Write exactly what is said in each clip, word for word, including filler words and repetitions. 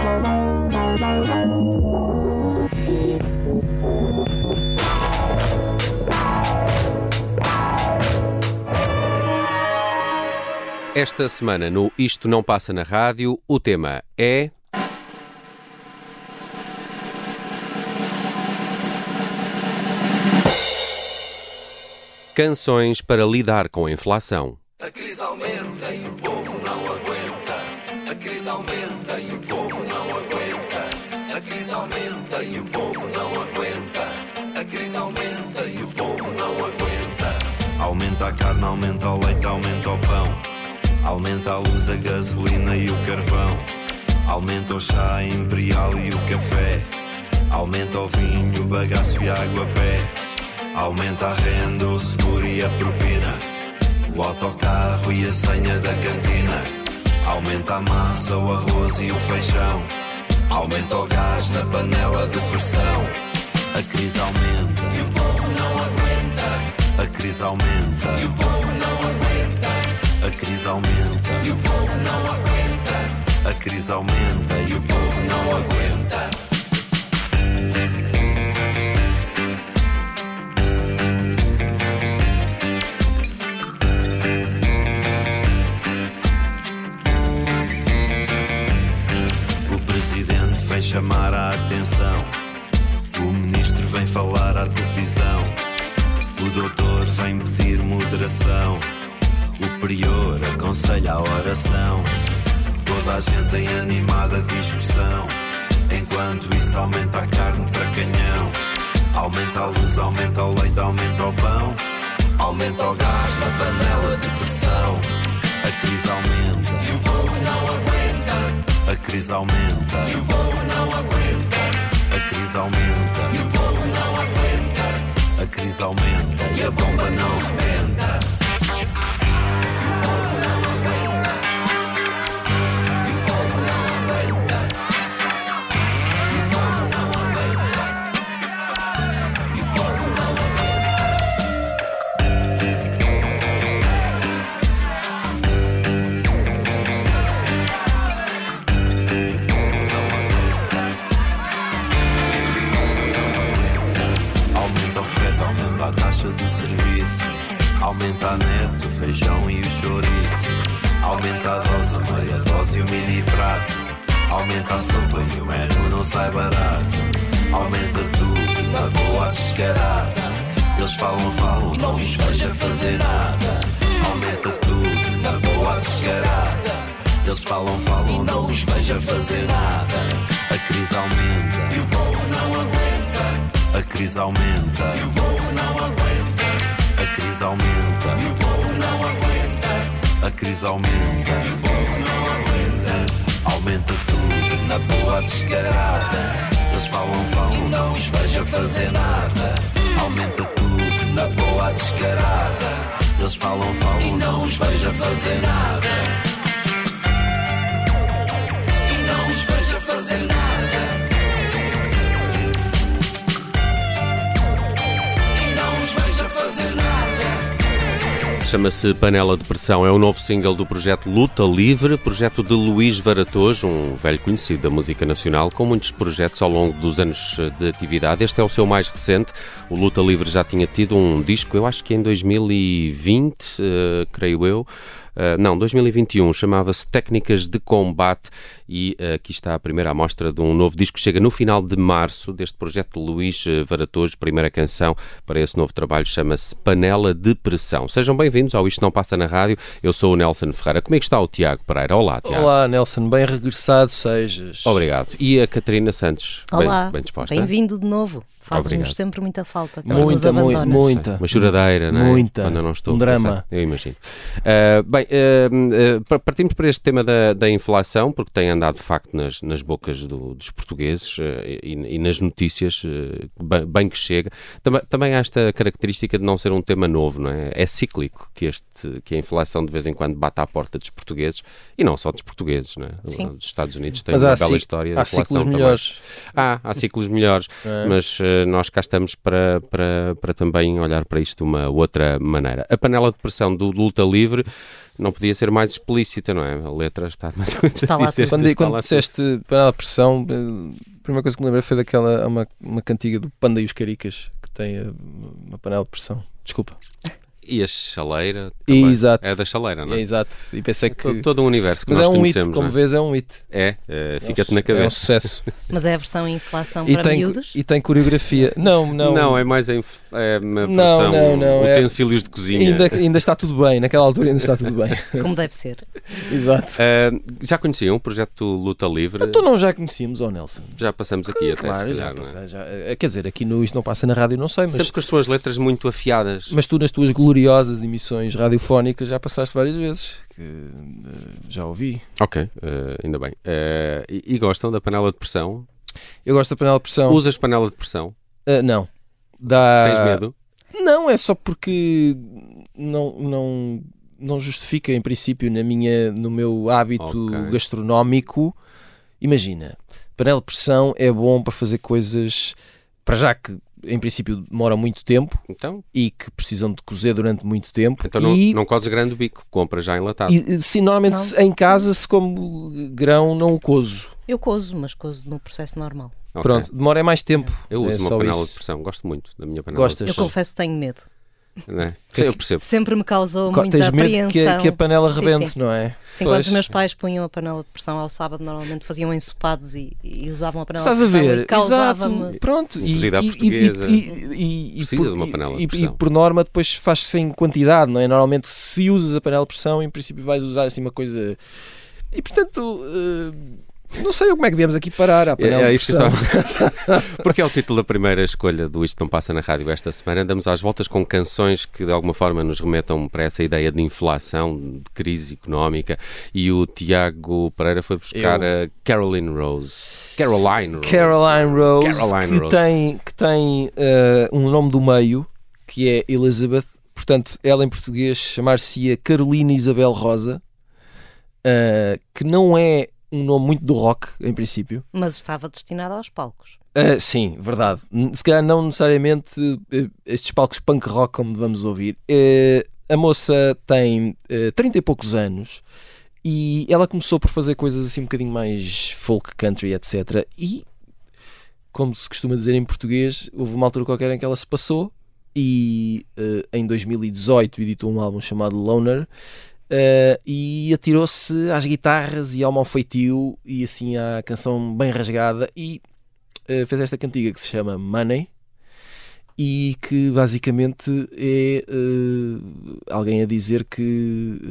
Esta semana no Isto Não Passa na Rádio, o tema é... Canções para lidar com a inflação. A crise aumenta e o povo não aguenta. A crise aumenta e o povo não aguenta. A crise aumenta e o povo não aguenta. A crise aumenta e o povo não aguenta. Aumenta a carne, aumenta o leite, aumenta o pão. Aumenta a luz, a gasolina e o carvão. Aumenta o chá imperial e o café. Aumenta o vinho, o bagaço e a água-pé. Aumenta a renda, o seguro e a propina. O autocarro e a senha da cantina. Aumenta a massa, o arroz e o feijão. Aumenta o gás na panela de pressão. A crise aumenta e o povo não aguenta. A crise aumenta e o povo não aguenta. A crise aumenta e o povo não aguenta. A crise aumenta e o povo não aguenta. O presidente vem chamar a atenção. O ministro vem falar à televisão. O doutor vem pedir moderação. O prior aconselha a oração. Toda a gente em animada discussão. Enquanto isso aumenta a carne para canhão. Aumenta a luz, aumenta o leite, aumenta o pão. Aumenta o gás na panela de pressão. A crise aumenta e o povo não aguenta. A crise aumenta e o povo não aguenta. A crise aumenta e o povo não aguenta. A crise aumenta e a bomba não rebenta. Do serviço. Aumenta a net, o feijão e o chouriço. Aumenta a dose, a meia dose e o mini prato. Aumenta a sopa e o menu não sai barato. Aumenta tudo, na boa descarada. Eles falam, falam, não os vejo a fazer nada. Aumenta tudo, na boa descarada. Eles falam, falam, não os vejo a fazer nada. A crise aumenta e o povo não aguenta. A crise aumenta e o povo não aguenta. A crise aumenta e o povo não aguenta. A crise aumenta e o povo não aguenta. Aumenta tudo, na boa descarada. Eles falam, falam, e não os vejo a fazer nada. Aumenta tudo, na boa descarada. Eles falam, falam, e não os vejo a fazer nada. E não os vejo a fazer nada. Chama-se Panela de Pressão, é o novo single do projeto Luta Livre, projeto de Luís Varatojo, um velho conhecido da música nacional, com muitos projetos ao longo dos anos de atividade. Este é o seu mais recente. O Luta Livre já tinha tido um disco, eu acho que em dois mil e vinte, uh, creio eu, Uh, não, dois mil e vinte e um, chamava-se Técnicas de Combate e uh, aqui está a primeira amostra de um novo disco que chega no final de março deste projeto de Luís Varatojo. Primeira canção para esse novo trabalho chama-se Panela de Pressão. Sejam bem-vindos ao Isto Não Passa na Rádio. Eu sou o Nelson Ferreira. Como é que está o Tiago Pereira? Olá, Tiago. Olá, Nelson. Bem regressado sejas. Obrigado. E a Catarina Santos? Olá. Bem, bem disposta? Bem-vindo de novo. Faz-nos sempre muita falta. Muita, muita, muita. Uma choradeira, não é? Muita. Quando eu não estou. Um drama. Eu imagino. Uh, bem, uh, uh, partimos para este tema da, da inflação, porque tem andado de facto nas, nas bocas do, dos portugueses uh, e, e nas notícias, uh, bem, bem que chega. Também, também há esta característica de não ser um tema novo, não é? É cíclico que, este, que a inflação de vez em quando bate à porta dos portugueses, e não só dos portugueses, não é? Sim. Os Estados Unidos têm mas uma há bela cic- história da há inflação ciclos também. melhores. Há, há ciclos melhores, é. mas uh, nós cá estamos para, para, para também olhar para isto de uma outra maneira. A panela de pressão do Luta Livre não podia ser mais explícita, não é? A letra está mais ou menos está lá disseste, Quando, está quando lá disseste panela de pressão, a primeira coisa que me lembrei foi daquela uma, uma cantiga do Panda e os Caricas, que tem a, uma panela de pressão. Desculpa. E a chaleira também. Exato. É da chaleira, não é? É exato. E pensei É que... todo, todo um universo que Mas nós é um hit, conhecemos, como não é? vês, é um hit. É, é, fica-te É um- na É um cabeça. sucesso. Mas é a versão em inflação E para tem, miúdos? e tem coreografia. Não, não. Não, é mais em é uma Não, versão, não, não, é- utensílios de cozinha. Ainda, ainda está tudo bem. Naquela altura ainda está tudo bem. Como deve ser. Exato. Ah, já conheciam o projeto Luta Livre? Então não já conhecíamos, ó Nelson? Já passamos aqui até, Claro, se já calhar, não é? passei, já, eh, quer dizer, aqui no Isto Não Passa na Rádio, não sei, mas, Sempre com as suas letras muito afiadas. mas tu nas tuas gloriosas emissões radiofónicas já passaste várias vezes, que eh, já ouvi. Ok, ah, ainda bem. Ah, e, e gostam da panela de pressão? Eu gosto da panela de pressão. Usas panela de pressão? Ah, não. Dá... Tens medo? Não, é só porque não, não, não justifica, em princípio, na minha, no meu hábito Ok. gastronómico. Imagina, panela de pressão é bom para fazer coisas, para já que, em princípio, demoram muito tempo Então, e que precisam de cozer durante muito tempo. então não, e, não cozes grande bico, compras já enlatado. e sim, normalmente Não. em casa, se como grão, não o cozo. Eu cozo, mas cozo no processo normal. Ok. Pronto, demora mais tempo. Eu uso é uma só panela isso. de pressão, gosto muito da minha panela Gostas? de Eu pressão. confesso que tenho medo. Não é? Sim, eu percebo. Sempre me causou Co- muita Tens medo apreensão. que a, que a panela Sim, rebente, sim. não é? Sim, Pois. quando os meus pais punham a panela de pressão ao sábado, normalmente faziam ensopados e, e usavam a panela Estás a de pressão ver? e causava-me... Exato. Pronto. E, Cozida à e- portuguesa. e- e- e- e Precisa por- de uma panela de e- pressão. E por norma depois faz-se em quantidade, não é? Normalmente se usas a panela de pressão, em princípio vais usar assim uma coisa... E portanto... eh, não sei como é que viemos aqui parar à panela É, é de isso que pressão. estava- Porque é o título da primeira escolha do Isto Não Passa na Rádio esta semana. Andamos às voltas com canções que de alguma forma nos remetam para essa ideia de inflação, de crise económica, e o Tiago Pereira foi buscar Eu- a Caroline Rose. Caroline Rose. Caroline Rose, Caroline que Rose. tem, que tem eh, um nome do meio, que é Elizabeth. Portanto, ela em português chamar-se-ia Carolina Isabel Rosa, eh, que não é um nome muito do rock, em princípio. Mas estava destinada aos palcos. Uh, sim, verdade. N- Se calhar não necessariamente uh, estes palcos punk rock como vamos ouvir. Uh, a moça tem uh, trinta e poucos anos e ela começou por fazer coisas assim um bocadinho mais folk, country, etcétera. E, como se costuma dizer em português, houve uma altura qualquer em que ela se passou e uh, em dois mil e dezoito editou um álbum chamado Loner. Uh, e atirou-se às guitarras e ao mau feitio e assim à canção bem rasgada e uh, fez esta cantiga que se chama Money e que basicamente é uh, alguém a dizer que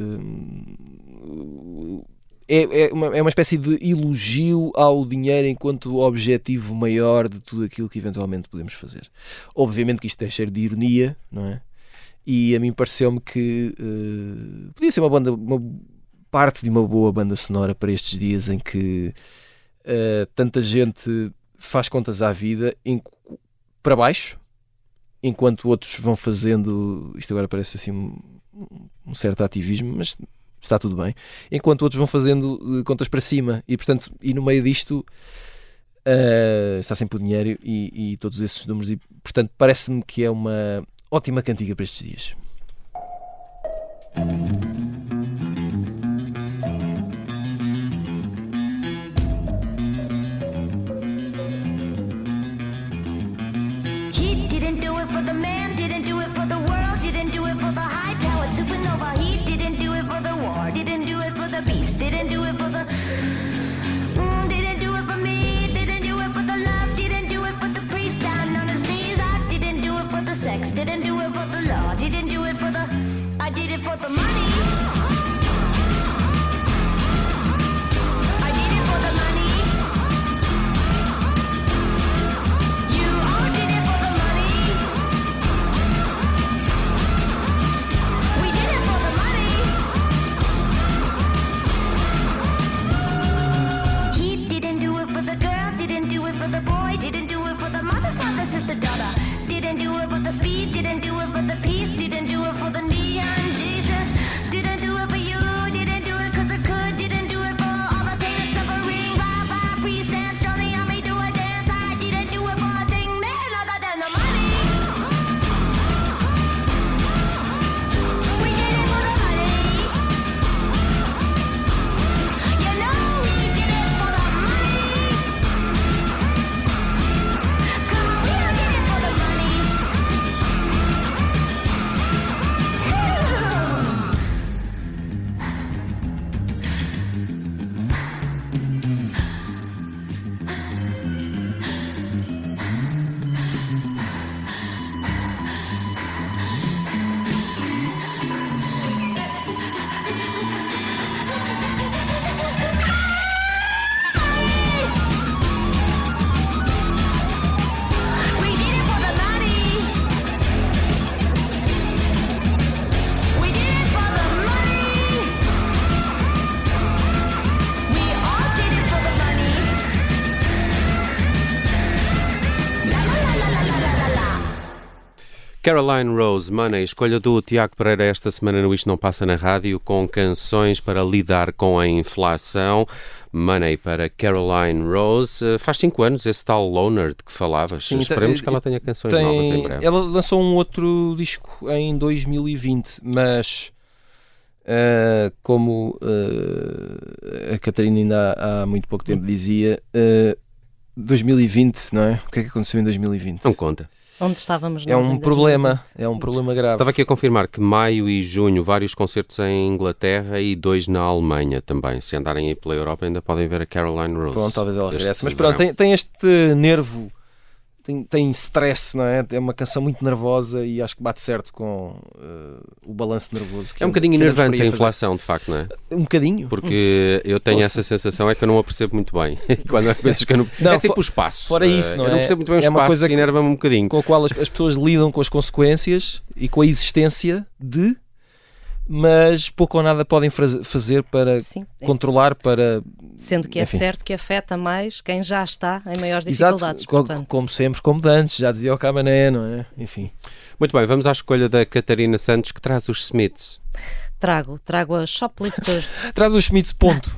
uh, é, é, uma, é uma espécie de elogio ao dinheiro enquanto objetivo maior de tudo aquilo que eventualmente podemos fazer. Obviamente que isto é cheiro de ironia, não é? E a mim pareceu-me que uh, podia ser uma banda, uma parte de uma boa banda sonora para estes dias em que uh, tanta gente faz contas à vida em, para baixo, enquanto outros vão fazendo, isto agora parece assim um, um certo ativismo, mas está tudo bem, enquanto outros vão fazendo uh, contas para cima e portanto, e no meio disto uh, está sempre o dinheiro e, e todos esses números e portanto parece-me que é uma ótima cantiga para estes dias. He didn't do it for the man, didn't do it for the world, didn't do it for the high-powered supernova. He didn't do it for the war, didn't do it for the beast, didn't do it for the... Mm, didn't do it for me, didn't do it for the love, didn't do it for the priest down on his knees. I didn't do it for the sex, didn't do it for the law, didn't do it for the... I did it for the money. I did it for the money. You all did it for the money. We did it for the money. He didn't do it for the girl, didn't do it for the boy, didn't do it for the mother, father, sister, daughter. Didn't do it for the speed, didn't do Caroline Rose, Money, escolha do Tiago Pereira esta semana no Isto Não Passa na Rádio, com canções para lidar com a inflação. Money para Caroline Rose. Uh, faz cinco anos esse tal Loner de que falavas. Sim, Esperemos tem, que ela tenha canções tem, novas em breve. Ela lançou um outro disco em dois mil e vinte, mas uh, como uh, a Catarina ainda há, há muito pouco tempo dizia, uh, dois mil e vinte, não é? O que é que aconteceu em dois mil e vinte? Não conta. Onde estávamos É nós um em problema, é um problema grave. Estava aqui a confirmar que maio e junho, vários concertos em Inglaterra e dois na Alemanha também. Se andarem aí pela Europa ainda podem ver a Caroline Rose. Pronto, talvez ela este regresse. Mas verão. pronto, tem, tem este nervo, tem, tem stress, não é? É uma canção muito nervosa e acho que bate certo com uh, o balanço nervoso. Que É um bocadinho que andamos por enervante aí a a fazer. inflação, de facto, não é? Um bocadinho. Porque eu tenho Ouça. essa sensação, é que eu não a percebo muito bem. Quando há coisas que eu não... Não, é tipo fo- o espaço. fora isso, Eh, não eu não é? percebo muito bem o É uma espaço coisa e que- enerva-me um bocadinho. Com a qual as, as pessoas lidam com as consequências e com a existência de, mas pouco ou nada podem fraz- fazer para Sim, controlar, para... sendo que é enfim. certo que afeta mais quem já está em maiores Exato, dificuldades. co- portanto. como sempre, como de antes, já dizia o Camané, não é? Enfim. Muito bem, vamos à escolha da Catarina Santos, que traz os Smiths. Trago, trago a Shoplifters. Traz o Schmidt, ponto.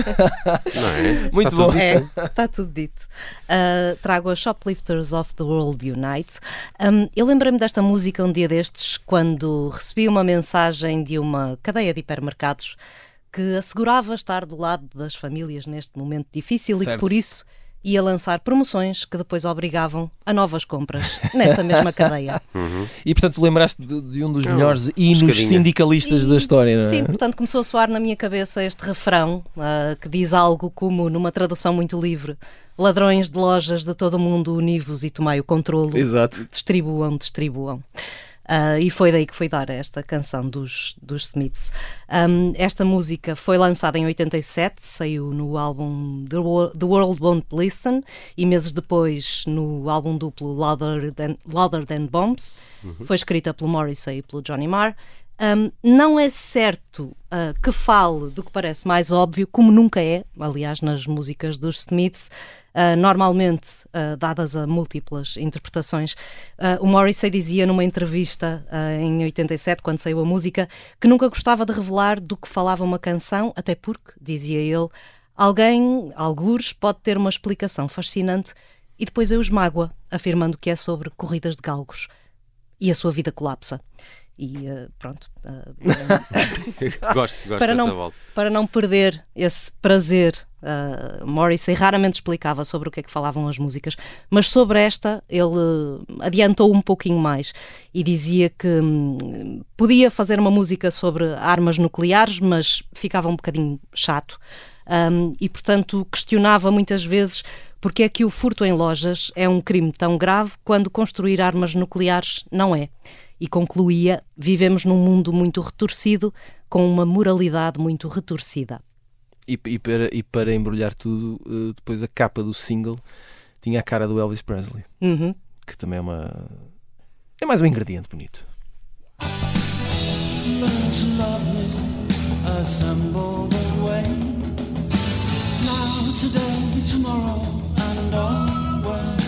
Não é? Muito Está bom. tudo É, dito. está tudo dito. Uh, trago a Shoplifters of the World Unite. Um, eu lembrei-me desta música um dia destes, quando recebi uma mensagem de uma cadeia de hipermercados que assegurava estar do lado das famílias neste momento difícil e Certo. que por isso ia lançar promoções que depois obrigavam a novas compras nessa mesma cadeia. E portanto lembraste de, de um dos Não, melhores hinos pescadinha. sindicalistas E- da história, não é? Sim, portanto começou a soar na minha cabeça este refrão ah, que diz algo como, numa tradução muito livre: ladrões de lojas de todo o mundo, univos e tomai o controlo, Exato. distribuam, distribuam. Ah, e foi daí que foi dar esta canção dos, dos Smiths. Um, esta música foi lançada em oitenta e sete, saiu no álbum The, Wo- The World Won't Listen e meses depois no álbum duplo Louder Than, Louder Than Bombs. Foi escrita pelo Morrissey e pelo Johnny Marr. Um, não é certo uh, que fale do que parece mais óbvio, como nunca é, aliás, nas músicas dos Smiths, uh, normalmente uh, dadas a múltiplas interpretações. Uh, o Morrissey dizia numa entrevista uh, em oitenta e sete, quando saiu a música, que nunca gostava de revelar do que falava uma canção, até porque, dizia ele, alguém, algures, pode ter uma explicação fascinante e depois eu os mágoa, afirmando que é sobre corridas de galgos e a sua vida colapsa. E uh, pronto, uh, Gosto, gosto para, dessa não, volta. para não perder esse prazer, uh, Morrissey raramente explicava sobre o que é que falavam as músicas, mas sobre esta ele adiantou um pouquinho mais e dizia que hum, podia fazer uma música sobre armas nucleares, mas ficava um bocadinho chato. Um, e portanto questionava muitas vezes porque é que o furto em lojas é um crime tão grave quando construir armas nucleares não é. E concluía: vivemos num mundo muito retorcido, com uma moralidade muito retorcida. E, e para, e para embrulhar tudo, uh, depois a capa do single tinha a cara do Elvis Presley, Uhum. que também é uma... é mais um ingrediente bonito. Learn to love me, assemble the ways. Now, today, tomorrow, and always.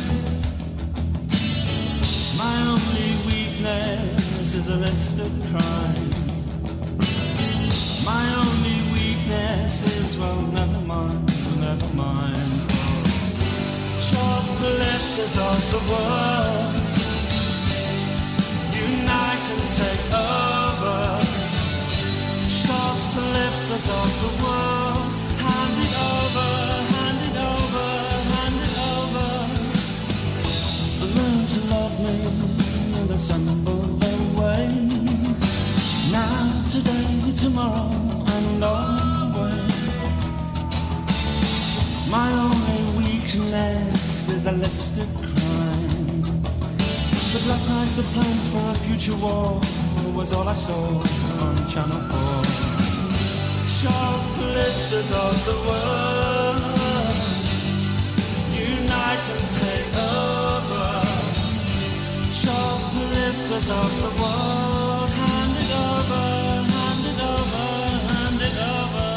My only weakness is a list of crime. My only weakness is, well, never mind, never mind. Shoplifters of the world, unite and take over. Shoplifters of the world, hand it over, hand it over, hand it over. Learn to love me and assemble the ways. Now, today, tomorrow, and always. My only weakness is a listed crime. But last night the plans for a future war was all I saw on Channel four. Shoplifters of the world, unite and take over. Shoplifters of the world, hand it over, hand it over, hand it over.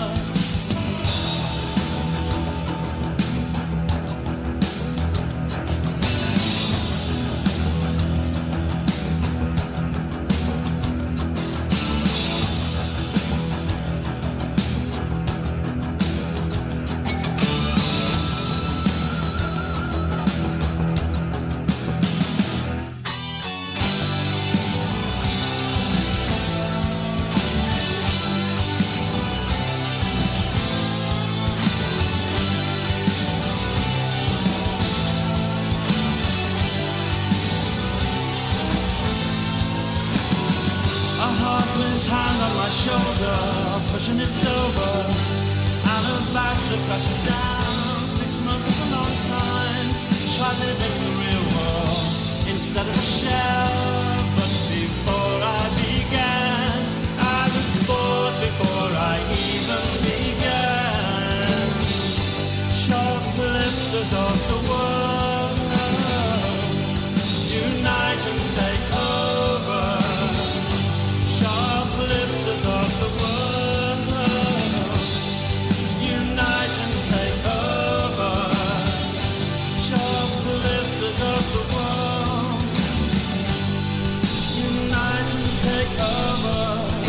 heart with his hand on my shoulder, pushing it sober. Alabaster crashes down. Six months is a long time. Try living the real world instead of a shell. But before I began, I was bored before I even began. Shoplifters of the world, unite and take over. Shoplifters of the world, unite and take over. Shoplifters of the world, unite and take over.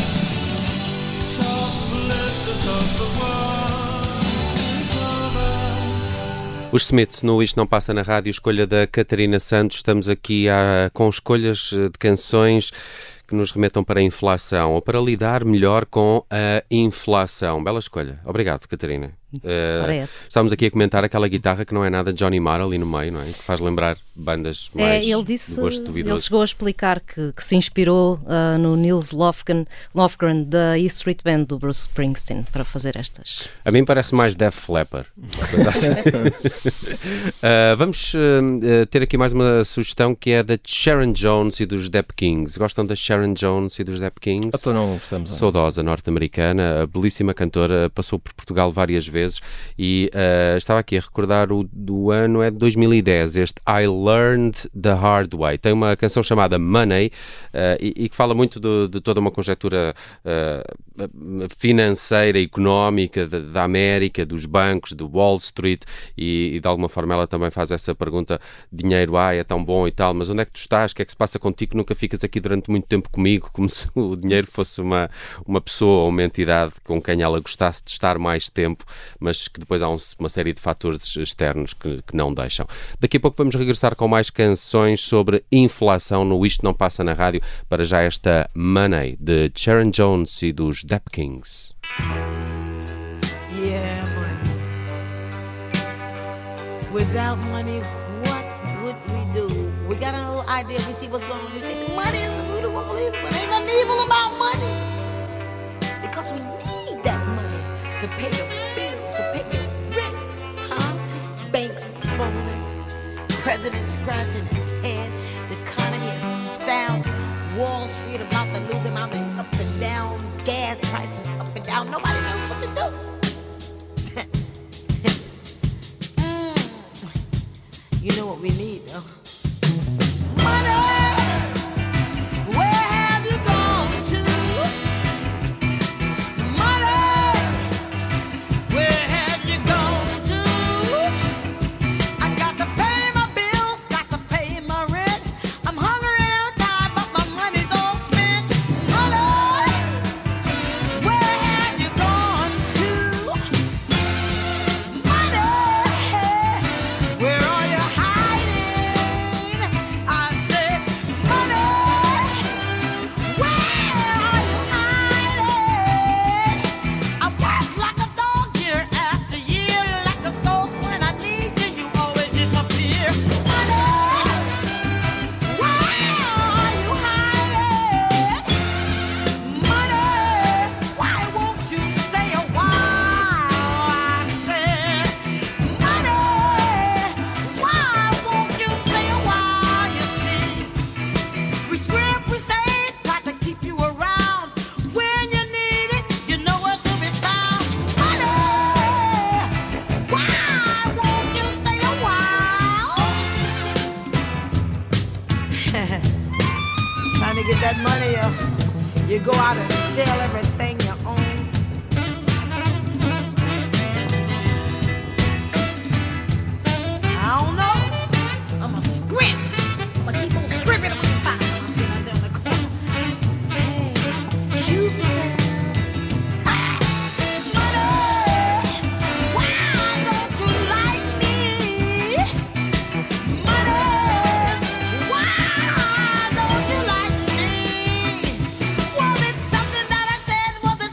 Shoplifters of the world, take over. Os Smiths no Isto Não Passa na Rádio, escolha da Catarina Santos. Estamos aqui a, com escolhas de canções que nos remetam para a inflação ou para lidar melhor com a inflação. Bela escolha. Obrigado, Catarina. Uh, estamos aqui a comentar aquela guitarra que não é nada de Johnny Marr ali no meio, não é? Que faz lembrar bandas mais é, ele disse, de gosto duvidoso. Ele chegou a explicar que, que se inspirou uh, no Nils Lofgren, Lofgren da E Street Band do Bruce Springsteen para fazer estas. A mim parece mais Def Leppard. Assim. uh, vamos uh, ter aqui mais uma sugestão que é da Sharon Jones e dos Dap Kings. Gostam da Sharon Jones e dos Dap Kings? Então não gostamos. Saudosa norte-americana, a belíssima cantora, passou por Portugal várias vezes. E uh, estava aqui a recordar o do ano é de dois mil e dez, este I Learned the Hard Way. Tem uma canção chamada Money uh, e, e que fala muito de, de toda uma conjectura uh, financeira, económica da, da América, dos bancos, de Wall Street e, e de alguma forma ela também faz essa pergunta: dinheiro, ah, é tão bom e tal, mas onde é que tu estás? O que é que se passa contigo? Nunca ficas aqui durante muito tempo comigo, como se o dinheiro fosse uma, uma pessoa ou uma entidade com quem ela gostasse de estar mais tempo, mas que depois há um, uma série de fatores externos que, que não deixam. Daqui a pouco vamos regressar com mais canções sobre inflação no Isto Não Passa na Rádio. Para já esta Money, de Sharon Jones e dos Dap Kings. Yeah, money. Without money, what would we do? We got a little idea, we see what's going on. They say money is the root of all evil, but ain't nothing evil about money. Because we need that money to pay the bills, to pay the rent, huh? Banks falling, president scratching his head, the economy is down, Wall Street about to lose them out and up and down, gas prices up and down, nobody knows what to do. mm. You know what we need, though? Money! Where have you gone to? Money! Where have you gone to? I got to pay my bills, got to pay my rent. I'm hungry and I'm tired, but my money's all spent. Money! Where have you gone to? Money! Where are you hiding? I said, money! Where are you hiding? I work like a dog year after year, like a ghost when I need you, you always disappear. Money! Where are you hiding? Money! Why won't you stay a while? I said, money! Why won't you stay a while? You see, we script, we save, got to keep you around. When you need it, you know where to be found. Money! Why won't you stay a while? Trying to get that money up, you go out and sell everything you own. I don't know. I'm a script. I'm gonna keep on scripting. I'm gonna find something out there in the corner. Hey, shoes for sale. Ah, money! Why don't you like me? Money! Why don't you like me? Was it something that I said? Was it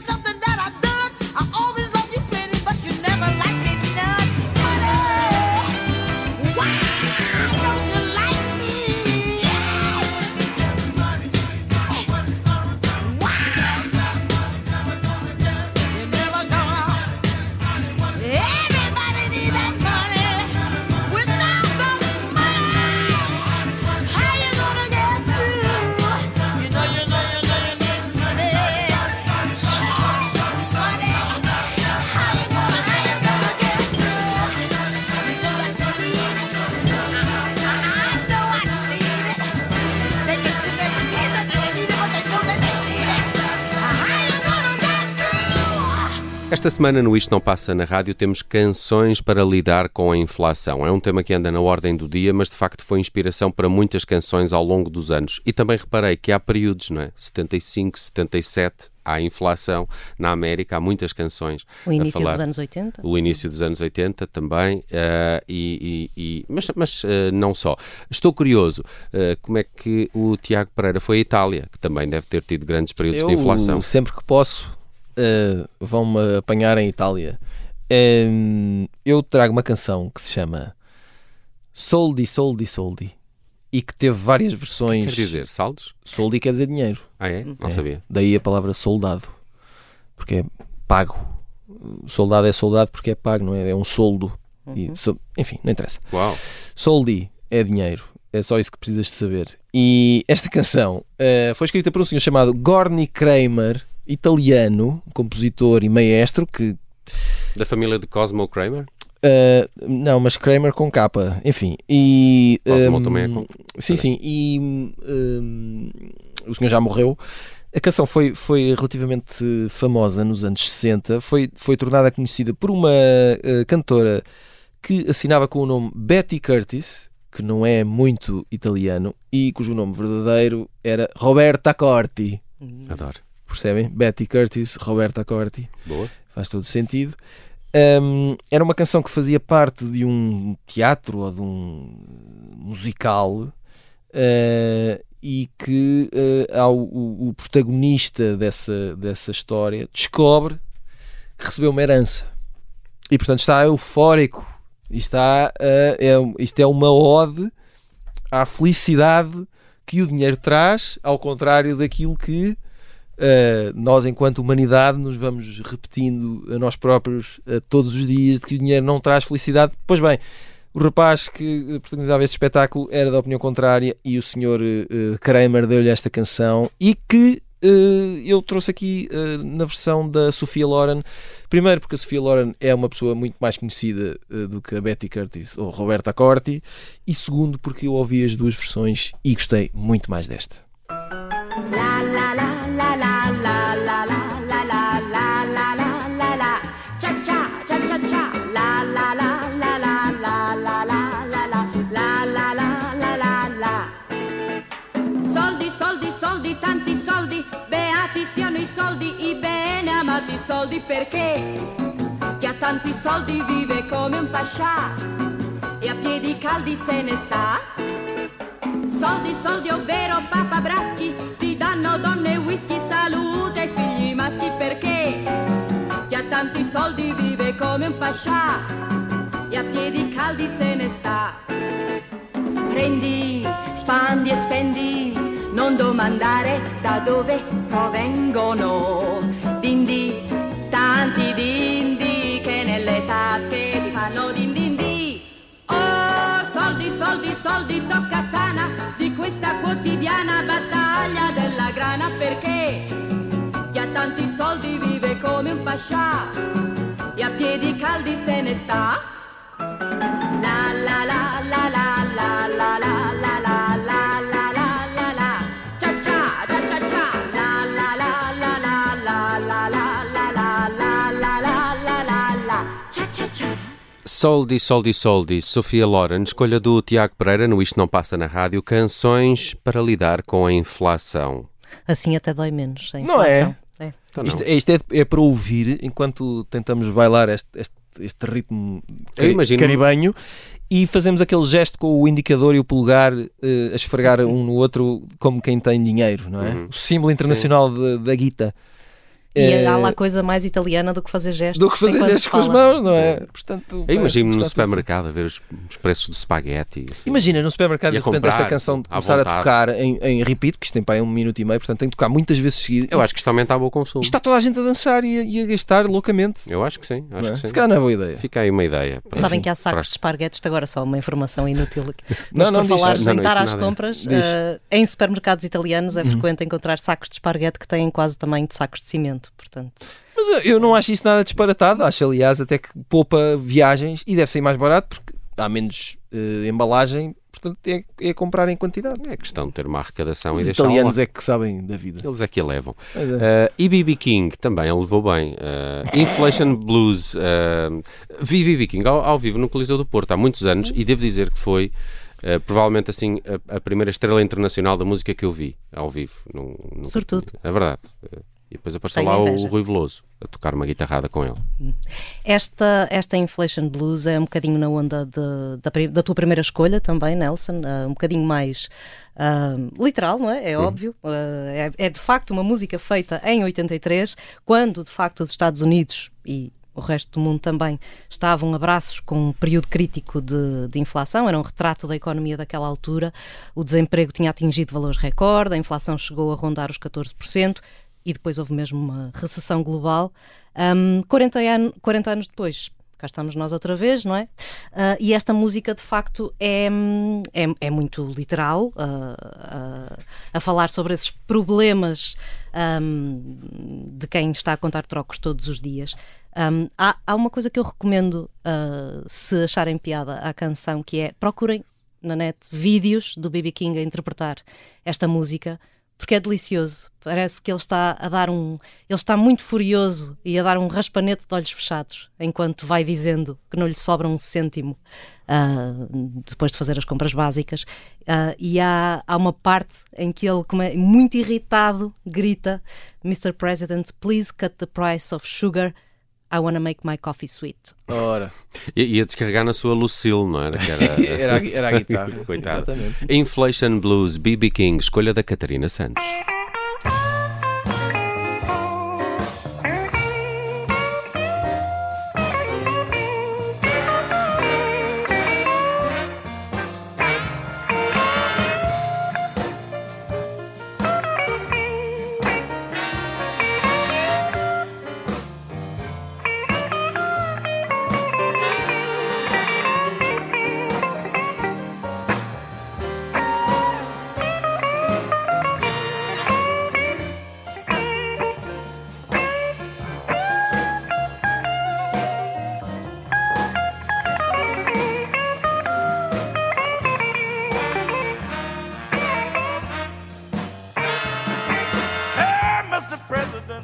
Esta semana no Isto Não Passa na Rádio temos canções para lidar com a inflação. É um tema que anda na ordem do dia, mas de facto foi inspiração para muitas canções ao longo dos anos. E também reparei que há períodos, não é? setenta e cinco, setenta e sete, há inflação. Na América há muitas canções O início a falar. dos anos oitenta. O início dos anos oitenta também, uh, e, e, e, mas, mas uh, não só. Estou curioso, uh, como é que o Tiago Pereira foi à Itália, que também deve ter tido grandes períodos Eu, de inflação. sempre que posso, Uh, vão-me apanhar em Itália. Um, eu trago uma canção que se chama Soldi, Soldi, Soldi e que teve várias versões. Quer dizer, saldos? Soldi quer dizer dinheiro. Ah é? Não É. sabia. Daí a palavra soldado, porque é pago. Soldado é soldado porque é pago, não é? É um soldo. E, so- enfim, não interessa. Uau. Soldi é dinheiro. É só isso que precisas de saber. E esta canção uh, foi escrita por um senhor chamado Gorny Kramer, italiano, compositor e maestro, que... Da família de Cosmo Kramer? uh, não, mas Kramer com capa. Enfim. E, Cosmo um, também é com... Sim, sim. E um, o senhor já morreu. A canção foi, foi relativamente famosa nos anos sessenta. Foi, foi tornada conhecida por uma uh, cantora que assinava com o nome Betty Curtis, que não é muito italiano, e cujo nome verdadeiro era Roberta Corti. Adoro. Percebem? Betty Curtis, Roberta Corti. Boa. Faz todo sentido. Um, era uma canção que fazia parte de um teatro ou de um musical, uh, e que uh, ao, o, o protagonista dessa, dessa história descobre que recebeu uma herança e portanto está eufórico e está, uh, é, isto é uma ode à felicidade que o dinheiro traz, ao contrário daquilo que Uh, nós, enquanto humanidade, nos vamos repetindo a nós próprios uh, todos os dias de que o dinheiro não traz felicidade. Pois bem, o rapaz que protagonizava esse espetáculo era da opinião contrária e o senhor uh, Kramer deu-lhe esta canção e que uh, eu trouxe aqui uh, na versão da Sophia Loren. Primeiro porque a Sophia Loren é uma pessoa muito mais conhecida uh, do que a Betty Curtis ou Roberta Corti, e segundo porque eu ouvi as duas versões e gostei muito mais desta. La la la la la la la la la la la la la la la cha cha cha cha cha la la la la la la la la la la la la la la la la. Soldi, soldi, soldi, tanti soldi, beati siano i soldi, i bene amati soldi, perché chi ha tanti soldi vive come un pascià e a piedi caldi se ne sta. Soldi, soldi, ovvero papabraschi, ti danno donne, whisky, salute e figli maschi, perché chi ha tanti soldi vive come un pascià e a piedi caldi se ne sta. Prendi, spandi e spendi, non domandare da dove provengono. Dindi, tanti dindi che nelle tasche ti fanno din din di. Oh, soldi, soldi, soldi, tocca sana di questa quotidiana battaglia della grana, perché chi ha tanti soldi vive come un pascià e a piedi caldi se ne sta. La la la la la la la la la la la la la la la cha cha cha cha cha la la la la la la la la la la la la la la la la cha cha cha. Soldi, Soldi, Soldi, Sophia Loren, escolha do Tiago Pereira no Isto Não Passa na Rádio, canções para lidar com a inflação. Assim até dói menos. A Não é? inflação. É. Então, não. Isto, é- isto é, é para ouvir enquanto tentamos bailar este, este, este ritmo Eu cari- imagino- caribenho e fazemos aquele gesto com o indicador e o polegar eh, a esfregar um no outro como quem tem dinheiro, não é? Uhum. O símbolo internacional de- da guita. E Eh, há lá coisa mais italiana do que fazer gestos. do que fazer enquanto gestos se com as fala. mãos, não é? Portanto, Eu imagino-me no parece-me que está tudo supermercado a ver os, os preços do spaghetti. assim. Imagina no supermercado E a de repente esta comprar, canção de à começar a vontade. tocar em, em repeat, que isto tem para aí um minuto e meio, portanto tem que tocar muitas vezes seguido. Eu acho que isto aumentava o consumo. E está toda a gente a dançar e a, e a gastar loucamente. Eu acho que sim, acho Não é? que sim. Se calhar não é boa ideia. Fica aí uma ideia. para- Sabem que há para sacos as- de esparguete, isto agora é só uma informação inútil aqui. Não, Mas não, por diz. falar Não, em não, estar isso às nada. compras, Diz. Uhum. eh, em supermercados italianos é frequente encontrar sacos de esparguete que têm quase o tamanho de sacos de cimento, portanto. Mas eu- eu não acho isso nada disparatado. Acho, aliás, até que poupa viagens e deve ser mais barato porque há menos eh, embalagem, portanto é, é comprar em quantidade. É questão de ter uma arrecadação Os e deixá-la italianos lá. é que sabem da vida. Eles é que a levam. Pois é. Uh, e B B King também, ele levou bem. Uh, Inflation Blues. Uh, vi B B King ao, ao vivo no Coliseu do Porto há muitos anos e devo dizer que foi uh, provavelmente assim a, a primeira estrela internacional da música que eu vi ao vivo. Num, num... Sobretudo. É verdade. Uh, e depois apareceu Tenho lá inveja. o Rui Veloso a tocar uma guitarrada com ele. Esta, esta Inflation Blues é um bocadinho na onda de, da, pri- da tua primeira escolha também, Nelson, uh, um bocadinho mais uh, literal, não é? É Uhum. óbvio. Uh, é, é de facto uma música feita em oitenta e três, quando de facto os Estados Unidos e o resto do mundo também estavam a braços com um período crítico de, de inflação, era um retrato da economia daquela altura, o desemprego tinha atingido valores recorde, a inflação chegou a rondar os catorze por cento, e depois houve mesmo uma recessão global. Um, quarenta, an- quarenta anos depois, cá estamos nós outra vez, não é? Uh, e esta música, de facto, é, é, é muito literal, uh, uh, a falar sobre esses problemas um, de quem está a contar trocos todos os dias. Um, há, há uma coisa que eu recomendo, uh, se acharem piada à canção, que é procurem na net vídeos do B B King a interpretar esta música, porque é delicioso. Parece que ele está a dar um... Ele está muito furioso e a dar um raspanete de olhos fechados, enquanto vai dizendo que não lhe sobra um cêntimo uh, depois de fazer as compras básicas. Uh, e há, há uma parte em que ele, como é, muito irritado, grita: mister President, please cut the price of sugar. I wanna make my coffee sweet. Ora, I- Ia descarregar na sua Lucille, não era? Que era, era, a gui- era a guitarra. Coitado. Exatamente. Inflation Blues, B B King, escolha da Catarina Santos. Hey, mister President,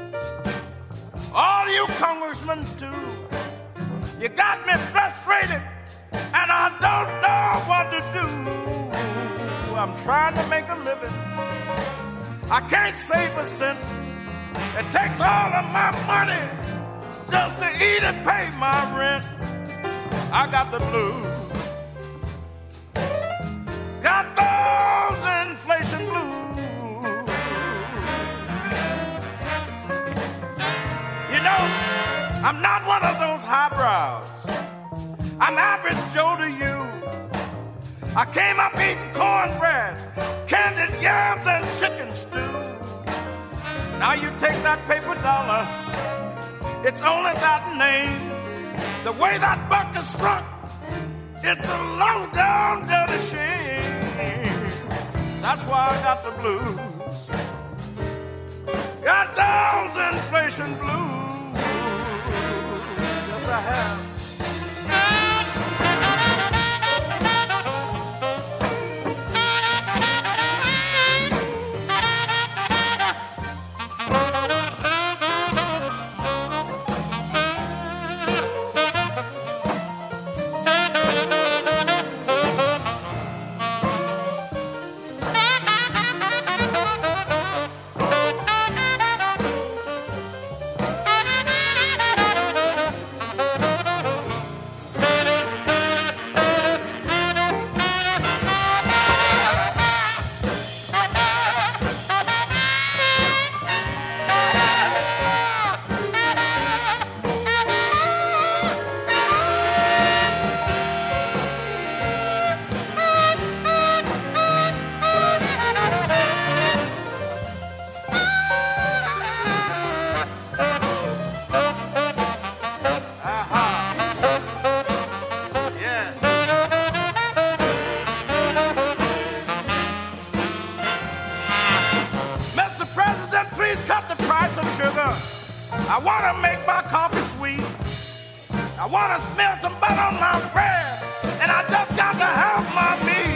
all you congressmen too, you got me frustrated and I don't know what to do. I'm trying to make a living, I can't save a cent. It takes all of my money just to eat and pay my rent. I got the blues, got those inflation blues. You know, I'm not one of those highbrows. I'm average Joe to you. I came up eating cornbread, candied yams, and chicken stew. Now you take that paper dollar, it's only that name. The way that buck is struck, it's a low down dirty shame. That's why I got the blues. Got those inflation blues. Yes, I have. Yes. Mister President, please cut the price of sugar. I want to make my coffee sweet. I want to smell some butter on my bread. And I just got to have my meat.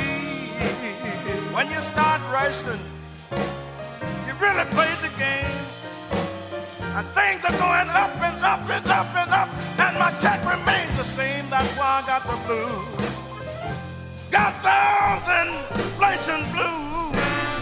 Christ and you really played the game. And things are going up and up and up and up, and my check remains the same. That's why I got the blues. Got those inflation blues.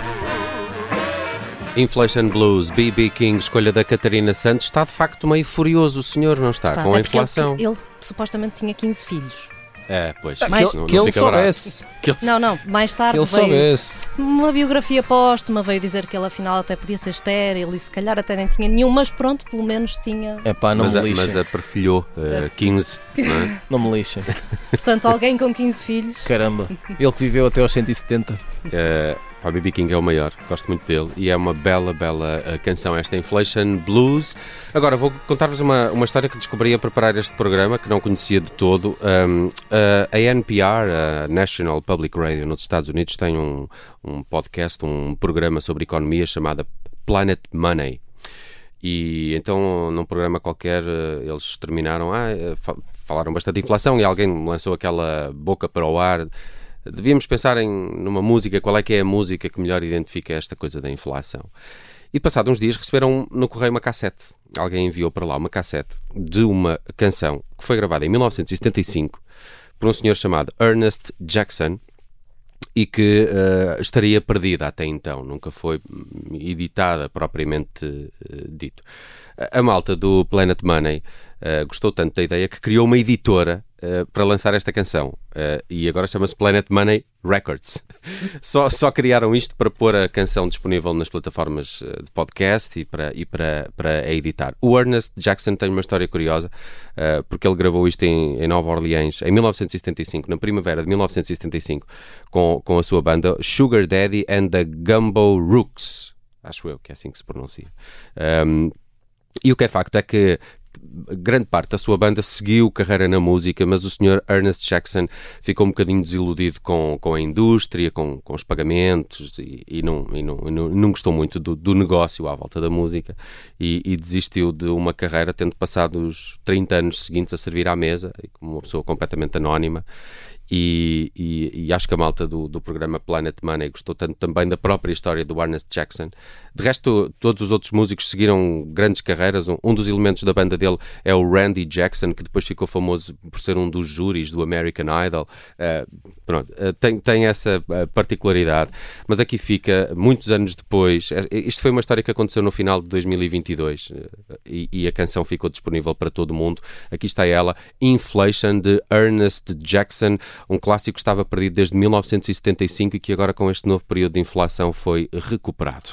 Inflation Blues, B B King, escolha da Catarina Santos. Está de facto meio furioso o senhor, não está? Está, com a até porque inflação. Ele, ele supostamente tinha quinze filhos. É, pois. Mais- Não- não que ele fica barato. soubesse. Que ele Não, não, mais tarde Que ele veio soubesse. uma biografia póstuma, veio dizer que ele afinal até podia ser estéril e se calhar até nem tinha nenhum, mas pronto, pelo menos tinha. É pá, não Mas, me a, lixem. mas aperfilhou uh, quinze, não é? Não me lixem. Portanto, alguém com quinze filhos. Caramba. Ele que viveu até aos cento e setenta. Uh, pá, B B King é o maior, gosto muito dele e é uma bela, bela uh, canção esta Inflation Blues. Agora vou contar-vos uma, uma história que descobri a preparar este programa, que não conhecia de todo. Um, uh, a N P R, a National Public Radio nos Estados Unidos, tem um, um podcast, um programa sobre economia chamado Planet Money. E então, num programa qualquer, uh, eles terminaram, ah, uh, fa- falaram bastante de inflação e alguém lançou aquela boca para o ar. Devíamos pensar em numa música, qual é que é a música que melhor identifica esta coisa da inflação. E passados uns dias receberam no correio uma cassete. Alguém enviou para lá uma cassete de uma canção que foi gravada em mil novecentos e setenta e cinco por um senhor chamado Ernest Jackson e que uh, estaria perdida até então, nunca foi editada propriamente uh, dito. A, a malta do Planet Money uh, gostou tanto da ideia que criou uma editora Uh, para lançar esta canção uh, e agora chama-se Planet Money Records. só, só criaram isto para pôr a canção disponível nas plataformas uh, de podcast e, para, e para, para a editar. O Ernest Jackson tem uma história curiosa uh, porque ele gravou isto em, em Nova Orleans em mil novecentos e setenta e cinco, na primavera de mil novecentos e setenta e cinco, com, com a sua banda Sugar Daddy and the Gumbo Rooks, acho eu que é assim que se pronuncia. Um, e o que é facto é que grande parte da sua banda seguiu carreira na música, mas o senhor Ernest Jackson ficou um bocadinho desiludido com, com a indústria, com, com os pagamentos e, e, não, e, não, e não, não gostou muito do, do negócio à volta da música e, e desistiu de uma carreira, tendo passado os trinta anos seguintes a servir à mesa, como uma pessoa completamente anónima. E, e, e acho que a malta do, do programa Planet Money gostou tanto também da própria história do Ernest Jackson. De resto, todos os outros músicos seguiram grandes carreiras. Um, um dos elementos da banda dele é o Randy Jackson, que depois ficou famoso por ser um dos júris do American Idol. Uh, pronto, uh, tem, tem essa uh, particularidade. Mas aqui fica, muitos anos depois, uh, isto foi uma história que aconteceu no final de dois mil e vinte e dois uh, e, e a canção ficou disponível para todo o mundo. Aqui está ela, Inflation, de Ernest Jackson, um clássico que estava perdido desde mil novecentos e setenta e cinco e que agora com este novo período de inflação foi recuperado.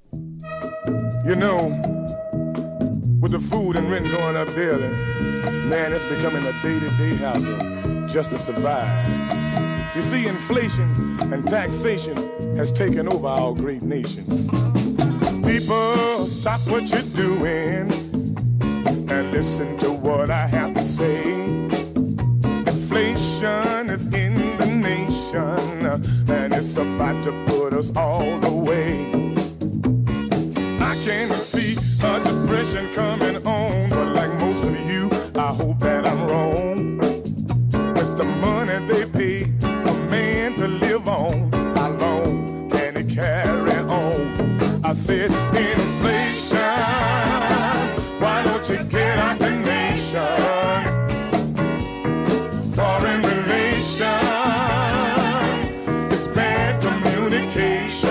You know, with the food and rent going up daily, man, it's becoming a day-to-day hassle just to survive. You see, inflation and taxation has taken over our great nation. People, stop what you're doing and listen to what I have to say. Inflation is in the nation, and it's about to put us all away. I can see a depression coming on, but like most of you, I hope that I'm wrong. With the money they pay a man to live on, how long can it carry on? I said, inflation, why don't you get out the nation? Foreign relation, it's bad communication.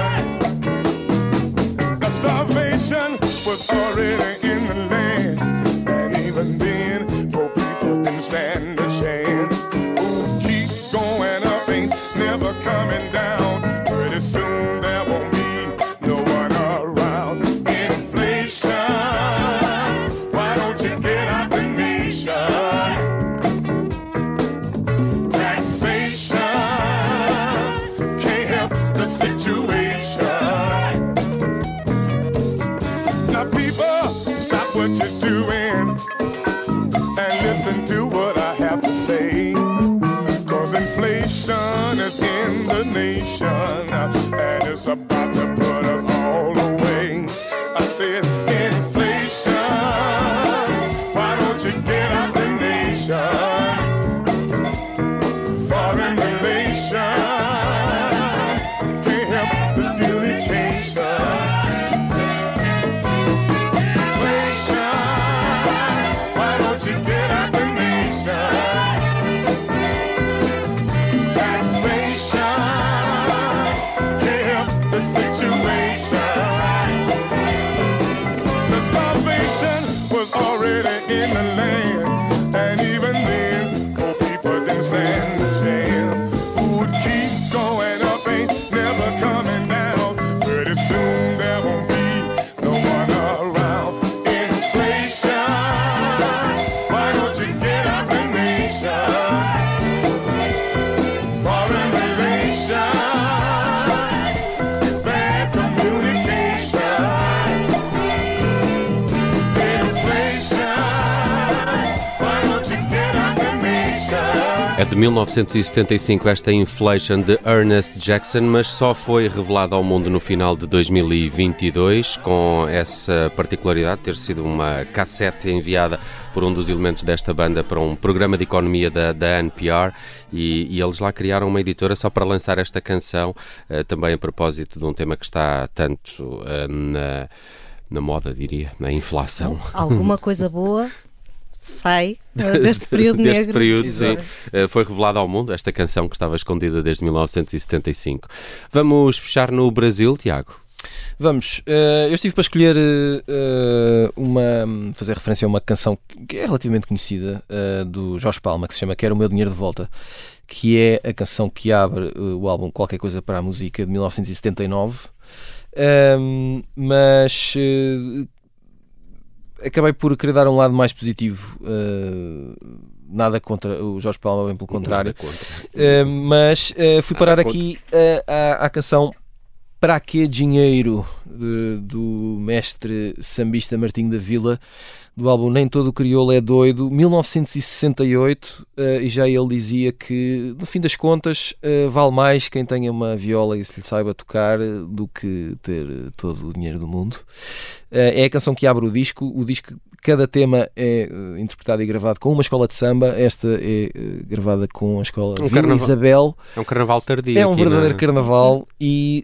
The starvation was already in the land, and even then, poor people didn't stand a chance. Food keeps going up, ain't never coming down. Pretty soon there won't be no one around. Inflation, why don't you get out the nation? Situation. Now people, stop what you're doing and listen to what I have to say. Cause inflation is in the nation and it's about to put us all away. I said inflation, why don't you get out the nation? Foreign relation, in the land. And even then, poor people didn't stand a chance. Food keeps going up, ain't never coming down. Pretty soon there won't be no one around. Inflation, why don't you get out the nation? Foreign relations is bad communication. Inflation, why don't you get out the nation? É de mil novecentos e setenta e cinco esta Inflation de Ernest Jackson, mas só foi revelada ao mundo no final de dois mil e vinte e dois, com essa particularidade de ter sido uma cassete enviada por um dos elementos desta banda para um programa de economia da, da N P R, e, e eles lá criaram uma editora só para lançar esta canção, uh, também a propósito de um tema que está tanto uh, na, na moda, diria, na inflação. Alguma coisa boa sai uh, deste período Deste negro. período, sim. Uh, foi revelada ao mundo esta canção que estava escondida desde mil novecentos e setenta e cinco. Vamos fechar no Brasil, Tiago? Vamos, uh, eu estive para escolher uh, uma, fazer referência a uma canção que é relativamente conhecida, uh, do Jorge Palma, que se chama Quero o Meu Dinheiro de Volta, que é a canção que abre uh, o álbum Qualquer Coisa para a Música, de mil novecentos e setenta e nove. Um, mas uh, acabei por querer dar um lado mais positivo, uh, nada contra o Jorge Palma, bem pelo contrário, uh, mas uh, fui parar aqui uh, à, à canção Pra Que Dinheiro, de, do mestre sambista Martinho da Vila, do álbum Nem Todo o Crioulo é Doido, mil novecentos e sessenta e oito, uh, e já ele dizia que, no fim das contas, uh, vale mais quem tenha uma viola e se lhe saiba tocar do que ter todo o dinheiro do mundo. Uh, é a canção que abre o disco. O disco, cada tema é uh, interpretado e gravado com uma escola de samba. Esta é uh, gravada com a escola Um Vila carnaval. Isabel. É um carnaval tardio. É um aqui verdadeiro na... carnaval e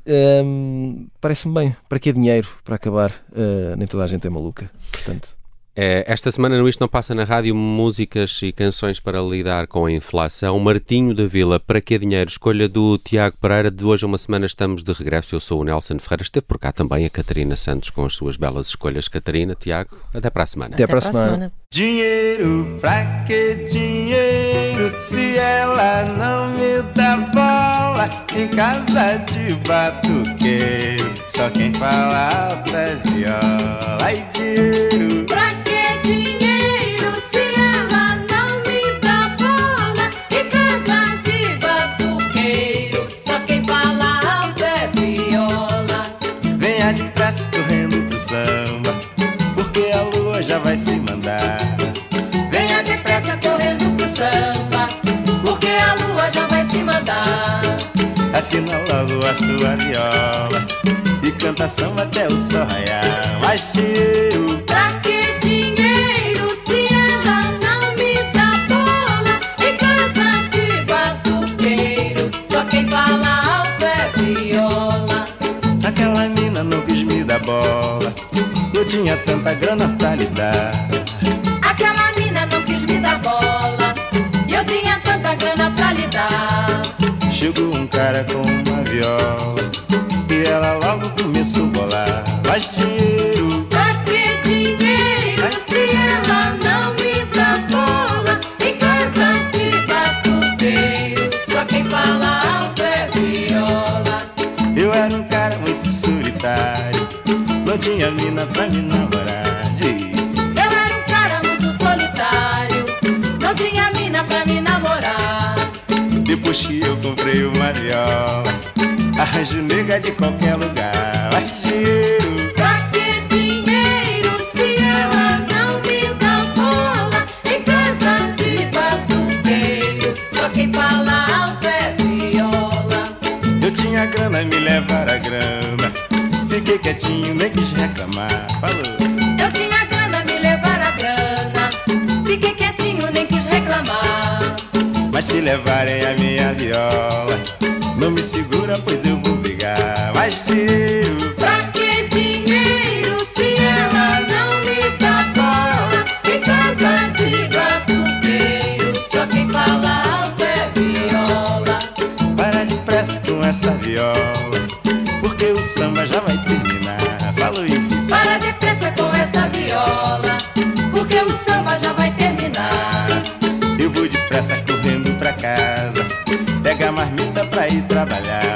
um, parece-me bem. Para que dinheiro? Para acabar, uh, nem toda a gente é maluca. Portanto, É, esta semana no Isto Não Passa na Rádio, músicas e canções para lidar com a inflação. Martinho da Vila, Para Que Dinheiro? Escolha do Tiago Pereira. De hoje a uma semana estamos de regresso. Eu sou o Nelson Ferreira. Esteve por cá também a Catarina Santos com as suas belas escolhas. Catarina, Tiago, até para a semana. até, para a semana. Dinheiro, pra que dinheiro? Se ela não me dá bola em casa de batuqueiro, só quem fala alto é viola. Ai, dinheiro, Pra que dinheiro se ela não me dá bola em casa de batuqueiro? Só quem fala alto é viola. venha depressa correndo pro samba, porque a lua já vai se mandar. Venha depressa correndo pro samba, porque a lua já vai se mandar. Afina logo a sua viola e canta samba até o sol raiar. Mas dinheiro, Pra que dinheiro se ela não me dá bola em casa de batuqueiro? Só quem fala alto é viola. aquela mina não quis me dar bola, eu tinha tanta grana pra lhe dar. Aquela mina não quis me dar bola e eu tinha tanta grana pra lhe dar. Chegou um cara com uma viola e ela logo começou a bolar. Mas dinheiro, Pra que dinheiro se ela não me dá bola em casa de batuqueiro? Só quem fala alto é viola. eu era um cara muito solitário, não tinha mina pra me namorar. Dinheiro, Eu era um cara muito solitário, não tinha mina pra me namorar. depois que eu comprei uma viola, arranjo nega de qualquer lugar. Mas dinheiro, Pra que dinheiro se ela não me dá bola em casa de batuqueiro? Só quem fala alto é viola. eu tinha grana, me levaram a grana, fiquei quietinho, nem quis reclamar. Falou, Eu tinha grana, me levaram a grana, fiquei quietinho, nem quis reclamar. mas se levarem a minha viola, não me segura, pois eu vou brigar. Mas dinheiro, Pra que dinheiro se ela não me dá bola em casa de batuqueiro? Só quem fala alto é viola. para depressa com essa viola, porque o samba já vai terminar. Falou e disse, Para depressa com essa viola, porque o samba já pega a marmita pra ir trabalhar.